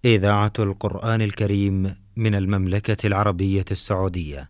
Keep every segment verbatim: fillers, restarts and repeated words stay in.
إذاعة القرآن الكريم من المملكة العربية السعودية.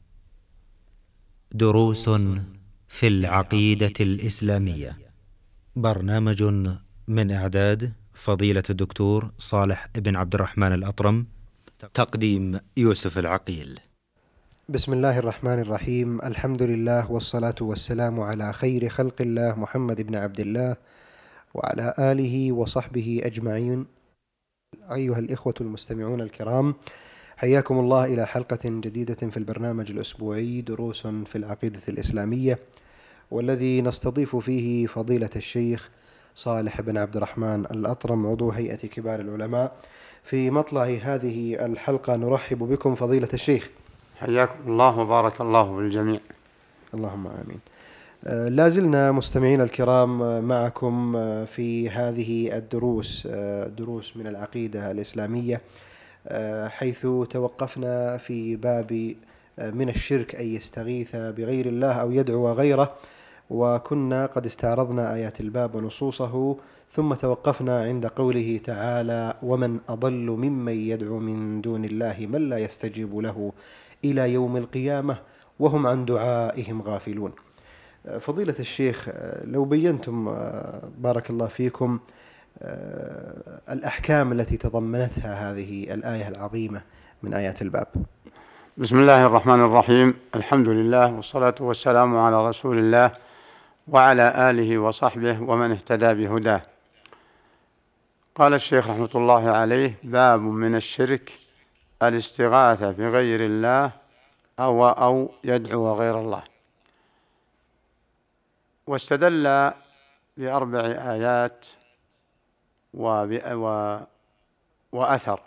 دروس في العقيدة الإسلامية. برنامج من إعداد فضيلة الدكتور صالح بن عبد الرحمن الأطرم. تقديم يوسف العقيل. بسم الله الرحمن الرحيم. الحمد لله والصلاة والسلام على خير خلق الله محمد بن عبد الله وعلى آله وصحبه أجمعين. أيها الإخوة المستمعون الكرام، حياكم الله إلى حلقة جديدة في البرنامج الأسبوعي دروس في العقيدة الإسلامية، والذي نستضيف فيه فضيلة الشيخ صالح بن عبد الرحمن الأطرم، عضو هيئة كبار العلماء. في مطلع هذه الحلقة نرحب بكم فضيلة الشيخ. حياكم الله وبارك الله بالجميع. اللهم آمين. لازلنا مستمعين الكرام معكم في هذه الدروس، دروس من العقيدة الإسلامية، حيث توقفنا في باب من الشرك أن يستغيث بغير الله أو يدعو غيره، وكنا قد استعرضنا آيات الباب ونصوصه، ثم توقفنا عند قوله تعالى: ومن أضل ممن يدعو من دون الله من لا يستجيب له إلى يوم القيامة وهم عن دعائهم غافلون. فضيلة الشيخ، لو بينتم بارك الله فيكم الأحكام التي تضمنتها هذه الآية العظيمة من آيات الباب. بسم الله الرحمن الرحيم. الحمد لله والصلاة والسلام على رسول الله وعلى آله وصحبه ومن اهتدى بهداه. قال الشيخ رحمة الله عليه: باب من الشرك الاستغاثة بغير الله أو أو يدعو غير الله. واستدل بأربع آيات وأثر،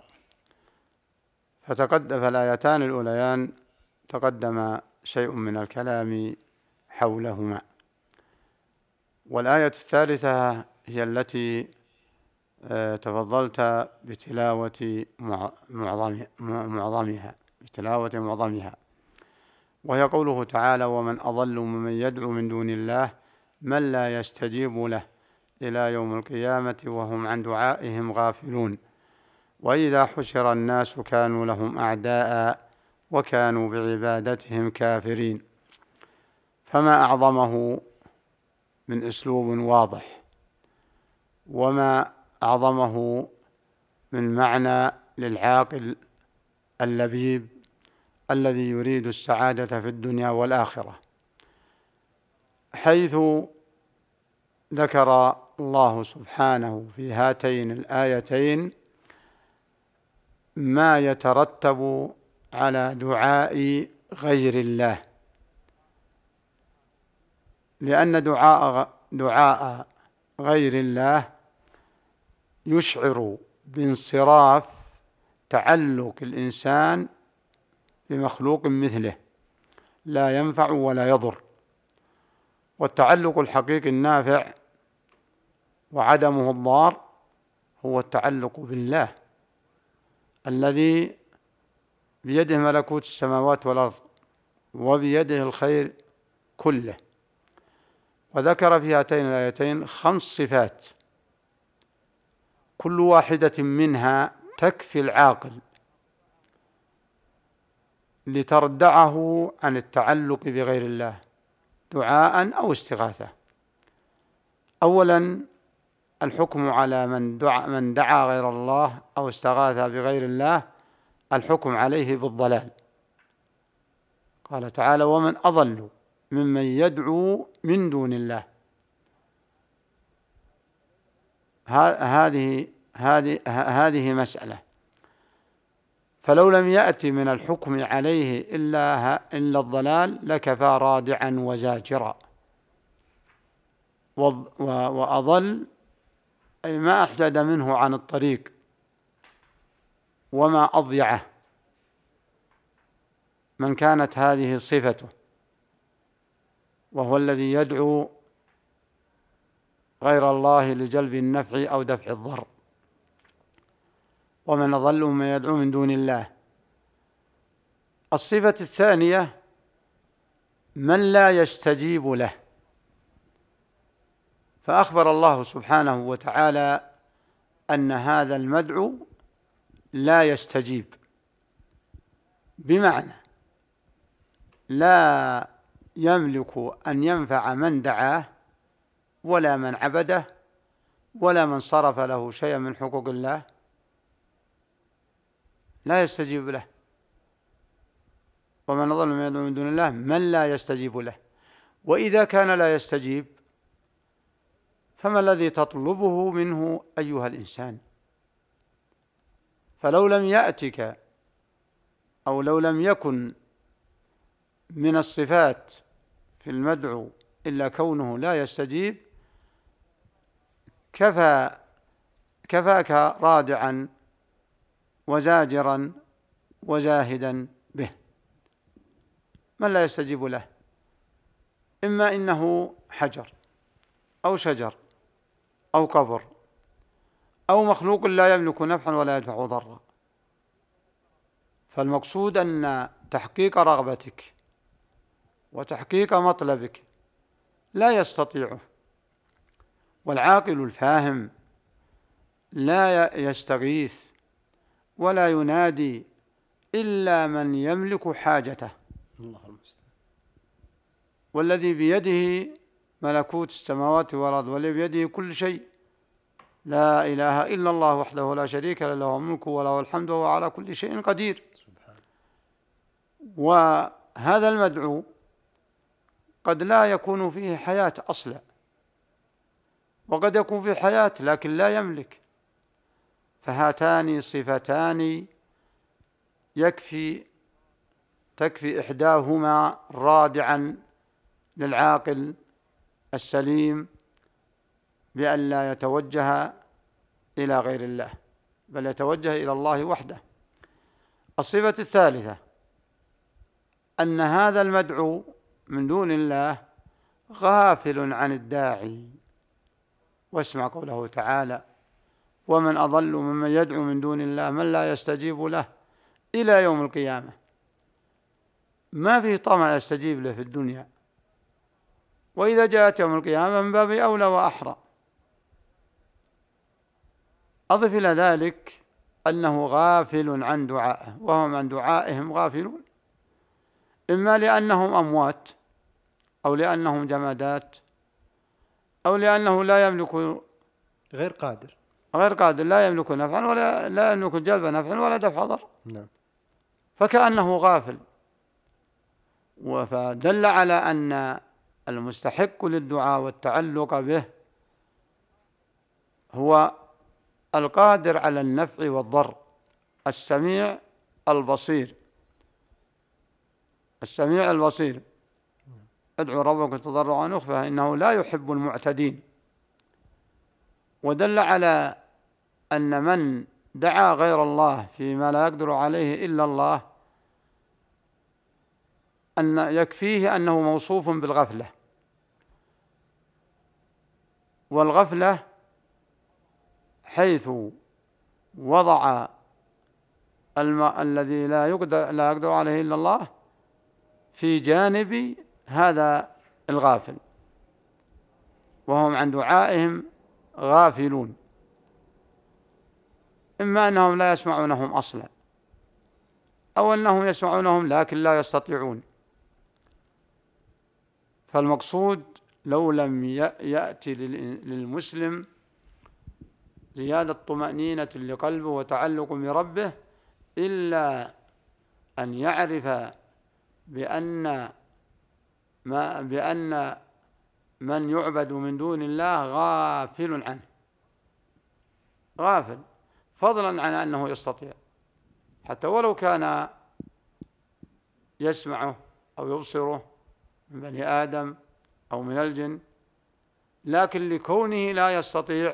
فتقدم فالآيتان الأوليان تقدم شيء من الكلام حولهما، والآية الثالثة هي التي تفضلت بتلاوة معظمها بتلاوة معظمها وهي قوله تعالى: ومن أضل ممن يدعو من دون الله من لا يستجيب له إلى يوم القيامة وهم عن دعائهم غافلون وإذا حشر الناس كانوا لهم أعداء وكانوا بعبادتهم كافرين. فما أعظمه من أسلوب واضح، وما أعظمه من معنى للعاقل اللبيب الذي يريد السعادة في الدنيا والآخرة، حيث ذكر الله سبحانه في هاتين الآيتين ما يترتب على دعاء غير الله، لأن دعاء دعاء غير الله يشعر بانصراف تعلق الإنسان بمخلوق مثله لا ينفع ولا يضر. والتعلق الحقيقي النافع وعدمه الضار هو التعلق بالله الذي بيده ملكوت السماوات والأرض وبيده الخير كله. وذكر في هاتين الآيتين خمس صفات، كل واحدة منها تكفي العاقل لتردعه عن التعلق بغير الله دعاء أو استغاثة. أولا، الحكم على من دعا, من دعا غير الله أو استغاث بغير الله، الحكم عليه بالضلال. قال تعالى: ومن أضل ممن يدعو من دون الله. هذه هذه هذه مسألة، فلو لم يأتي من الحكم عليه إلا إلا الضلال لكفى رادعا وزاجرا. وأضل أي ما أحجد منه عن الطريق وما أضيعه من كانت هذه صفته، وهو الذي يدعو غير الله لجلب النفع أو دفع الضر. ومن أضل ممن يدعو من دون الله. الصفة الثانية من لا يستجيب له، فأخبر الله سبحانه وتعالى أن هذا المدعو لا يستجيب، بمعنى لا يملك أن ينفع من دعاه ولا من عبده ولا من صرف له شيئا من حقوق الله، لا يستجيب له. ومن أضل ممن يدعو من دون الله من لا يستجيب له. وإذا كان لا يستجيب فما الذي تطلبه منه أيها الإنسان؟ فلو لم يأتك أو لو لم يكن من الصفات في المدعو إلا كونه لا يستجيب، كفى كفاك رادعا وزاجرا وجاهدا به. من لا يستجيب له إما إنه حجر أو شجر أو قبر أو مخلوق لا يملك نفعا ولا يدفع ضرا. فالمقصود أن تحقيق رغبتك وتحقيق مطلبك لا يستطيعه، والعاقل الفاهم لا يستغيث ولا ينادي إلا من يملك حاجته. الله المستعان. والذي بيده ملكوت السماوات والأرض والذي بيده كل شيء، لا إله إلا الله وحده لا شريك له، له الملك وله الحمد وهو على كل شيء قدير. سبحانه. وهذا المدعو قد لا يكون فيه حياة أصلا، وقد يكون فيه حياة لكن لا يملك. فهاتان صفتان يكفي تكفي إحداهما رادعا للعاقل السليم بأن لا يتوجه إلى غير الله بل يتوجه إلى الله وحده. الصفة الثالثة أن هذا المدعو من دون الله غافل عن الداعي. واسمع قوله تعالى: ومن أضل ممن يدعو من دون الله من لا يستجيب له إلى يوم القيامة. ما فيه طمع يستجيب له في الدنيا، وإذا جاءت يوم القيامة من باب أولى وأحرى. أضف إلى ذلك أنه غافل عن دعائه، وهم عن دعائهم غافلون، إما لأنهم أموات أو لأنهم جمادات أو لأنه لا يملك غير قادر غير قادر لا يملك نفعا ولا لا يملك جلب نفع ولا دفع ضر. نعم. فكأنه غافل. فدل على أن المستحق للدعاء والتعلق به هو القادر على النفع والضر، السميع البصير. السميع البصير. ادعوا ربكم تضرعا وخفيا إنه لا يحب المعتدين. ودل على أن من دعا غير الله فيما لا يقدر عليه إلا الله أن يكفيه أنه موصوف بالغفلة. والغفلة حيث وضع الماء الذي لا يقدر, لا يقدر عليه إلا الله في جانب هذا الغافل، وهم عن دعائهم غافلون. إما أنهم لا يسمعونهم أصلا أو أنهم يسمعونهم لكن لا يستطيعون. فالمقصود لو لم يأتي للمسلم زيادة طمأنينة لقلبه وتعلق بربه إلا أن يعرف بأن ما بأن من يعبد من دون الله غافل عنه، غافل، فضلا عن أنه يستطيع، حتى ولو كان يسمعه أو يبصره من بني آدم أو من الجن، لكن لكونه لا يستطيع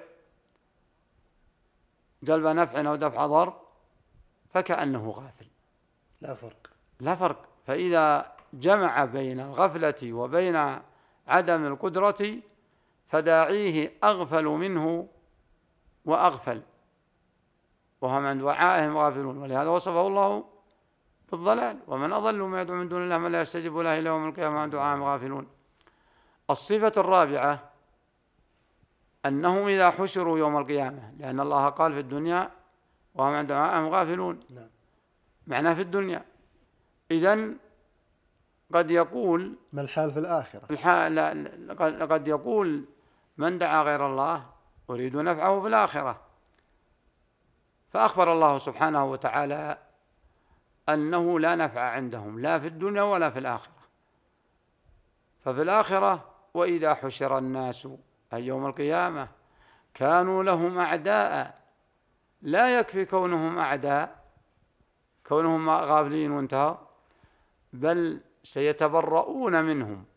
جلب نفع أو دفع ضر فكأنه غافل. لا فرق لا فرق. فإذا جمع بين الغفلة وبين عدم القدرة فداعيه أغفل منه وأغفل، وهم عن دعائهم غافلون. ولهذا وصفه الله بالضلال: ومن أضل ما يدعو من دون الله من لا يستجيب له إلى يوم القيامة عن دعائهم غافلون. الصفة الرابعة أنهم إذا حشروا يوم القيامة، لأن الله قال في الدنيا وهم عن دعائهم غافلون. نعم. معناه في الدنيا. إذن قد يقول ما الحال في الآخرة؟ الحال قد يقول من دعا غير الله أريد نفعه في الآخرة، فأخبر الله سبحانه وتعالى أنه لا نفع عندهم لا في الدنيا ولا في الآخرة. ففي الآخرة وإذا حشر الناس أي يوم القيامة كانوا لهم أعداء، لا يكفي كونهم أعداء كونهم غافلين وانتهوا، بل سيتبرؤون منهم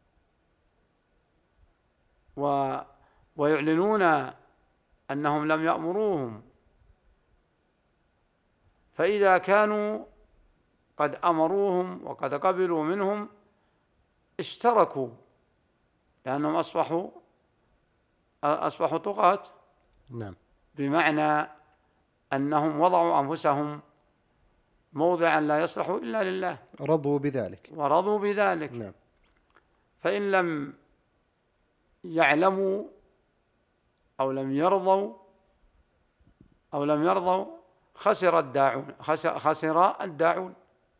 و ويعلنون أنهم لم يأمروهم. فإذا كانوا قد أمروهم وقد قبلوا منهم اشتركوا، لأنهم أصبحوا أصبحوا طغاة. نعم. بمعنى أنهم وضعوا أنفسهم موضعا لا يصلح إلا لله، رضوا بذلك ورضوا بذلك. نعم. فإن لم يعلموا أو لم يرضوا أو لم يرضوا خسر الداعون خسر الداعون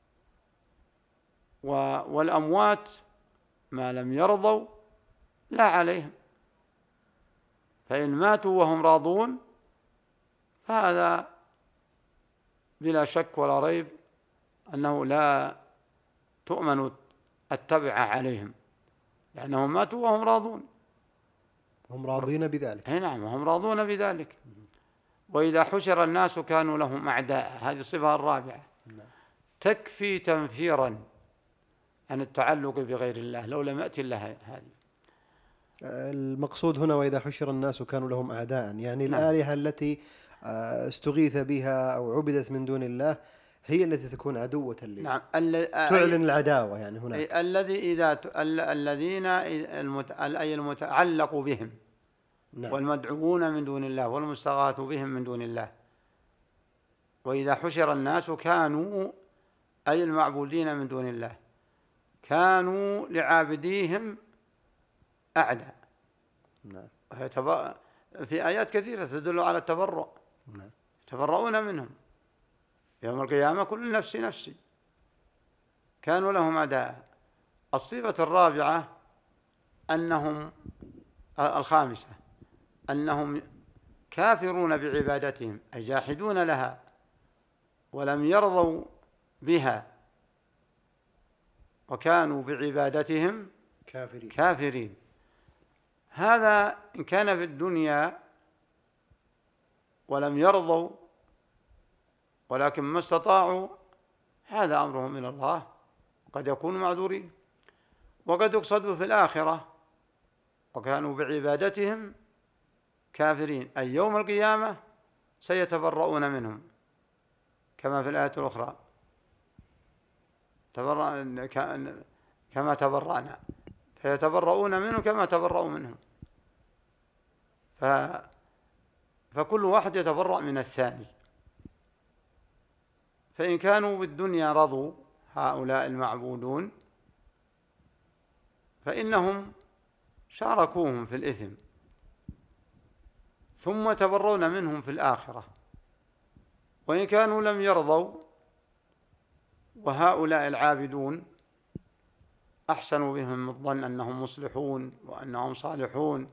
والأموات ما لم يرضوا لا عليهم. فإن ماتوا وهم راضون فهذا بلا شك ولا ريب أنه لا تؤمن التبع عليهم، لأنهم ماتوا وهم راضون، هم راضين بذلك. نعم، وهم راضون بذلك. وإذا حشر الناس كانوا لهم أعداء، هذه الصفة الرابعة تكفي تنفيرا عن التعلق بغير الله لو لم يأتي الله. هذه المقصود هنا وإذا حشر الناس كانوا لهم أعداء، يعني نعم. الآلهة التي استغيث بها أو عبدت من دون الله هي التي تكون عدوة لله. نعم. تعلن العداوة يعني هناك. الذي إذا ت... الذين المت... أي المتعلق بهم. نعم. والمدعوون من دون الله والمستغاث بهم من دون الله. وإذا حشر الناس كانوا أي المعبودين من دون الله كانوا لعابديهم أعداء. نعم. في آيات كثيرة تدل على التبرؤ. نعم. يتبرؤون منهم يوم القيامة كل نفس نفسي، كانوا لهم أعداء. الصفة الرابعة أنهم الخامسة أنهم كافرون بعبادتهم أي جاحدون لها ولم يرضوا بها، وكانوا بعبادتهم كافرين, كافرين. هذا إن كان في الدنيا ولم يرضوا ولكن ما استطاعوا هذا أمرهم من الله، قد يكونوا معذورين. وقد يقصد في الآخرة وكانوا بعبادتهم كافرين أي يوم القيامة سيتبرؤون منهم كما في الآية الأخرى تبرأ كما تبرأنا، فيتبرؤون منه كما تبرؤوا منهم. ف... فكل واحد يتبرأ من الثاني. فإن كانوا بالدنيا رضوا هؤلاء المعبودون فإنهم شاركوهم في الإثم ثم تبرؤون منهم في الآخرة. وإن كانوا لم يرضوا وهؤلاء العابدون أحسنوا بهم الظن أنهم مصلحون وأنهم صالحون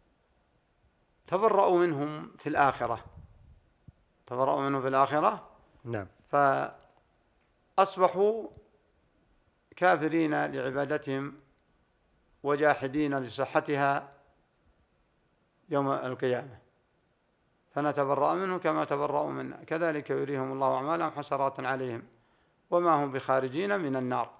تبرؤوا منهم في الآخرة تبرؤوا منهم في الآخرة نعم. فأصبحوا كافرين لعبادتهم وجاحدين لصحتها يوم القيامة، فنتبرأ منهم كما تبرؤوا منا كذلك يريهم الله أعمالهم حسرات عليهم وما هم بخارجين من النار.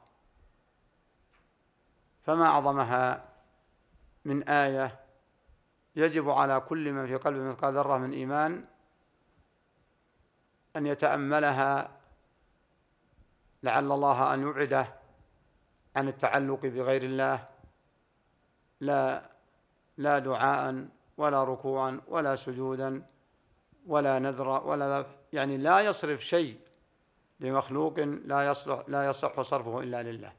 فما أعظمها من آية يجب على كل من في قلبه مثقال ذرة من إيمان أن يتأملها، لعل الله أن يبعده عن التعلق بغير الله، لا لا دعاء ولا ركوعا ولا سجودا ولا نذرا ولا يعني لا يصرف شيء لمخلوق لا يصلح لا يصح صرفه إلا لله.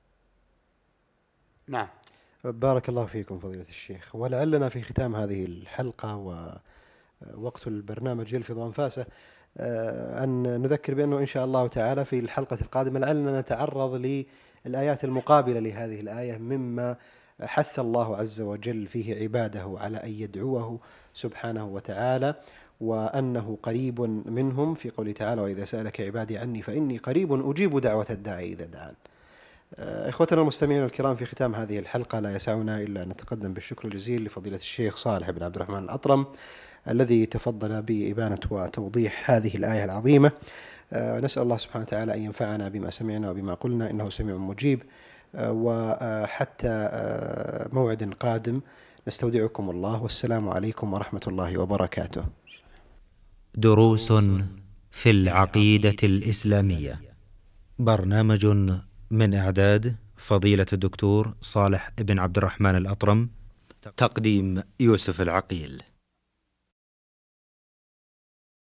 نعم. بارك الله فيكم فضيلة الشيخ. ولعلنا في ختام هذه الحلقة ووقت البرنامج يلفظ أنفاسه أن نذكر بأنه إن شاء الله تعالى في الحلقة القادمة لعلنا نتعرض للآيات المقابلة لهذه الآية، مما حث الله عز وجل فيه عباده على أن يدعوه سبحانه وتعالى، وأنه قريب منهم في قوله تعالى: وإذا سألك عبادي عني فإني قريب أجيب دعوة الداعي إذا دعان. إخوتنا المستمعين الكرام، في ختام هذه الحلقة لا يسعنا إلا أن نتقدم بالشكر الجزيل لفضيلة الشيخ صالح بن عبد الرحمن الأطرم الذي تفضل بإبانة وتوضيح هذه الآية العظيمة. نسأل الله سبحانه وتعالى أن ينفعنا بما سمعنا وبما قلنا، إنه سميع مجيب. وحتى موعد قادم نستودعكم الله، والسلام عليكم ورحمة الله وبركاته. دروس في العقيدة الإسلامية، برنامج من إعداد فضيلة الدكتور صالح بن عبد الرحمن الأطرم، تقديم يوسف العقيل.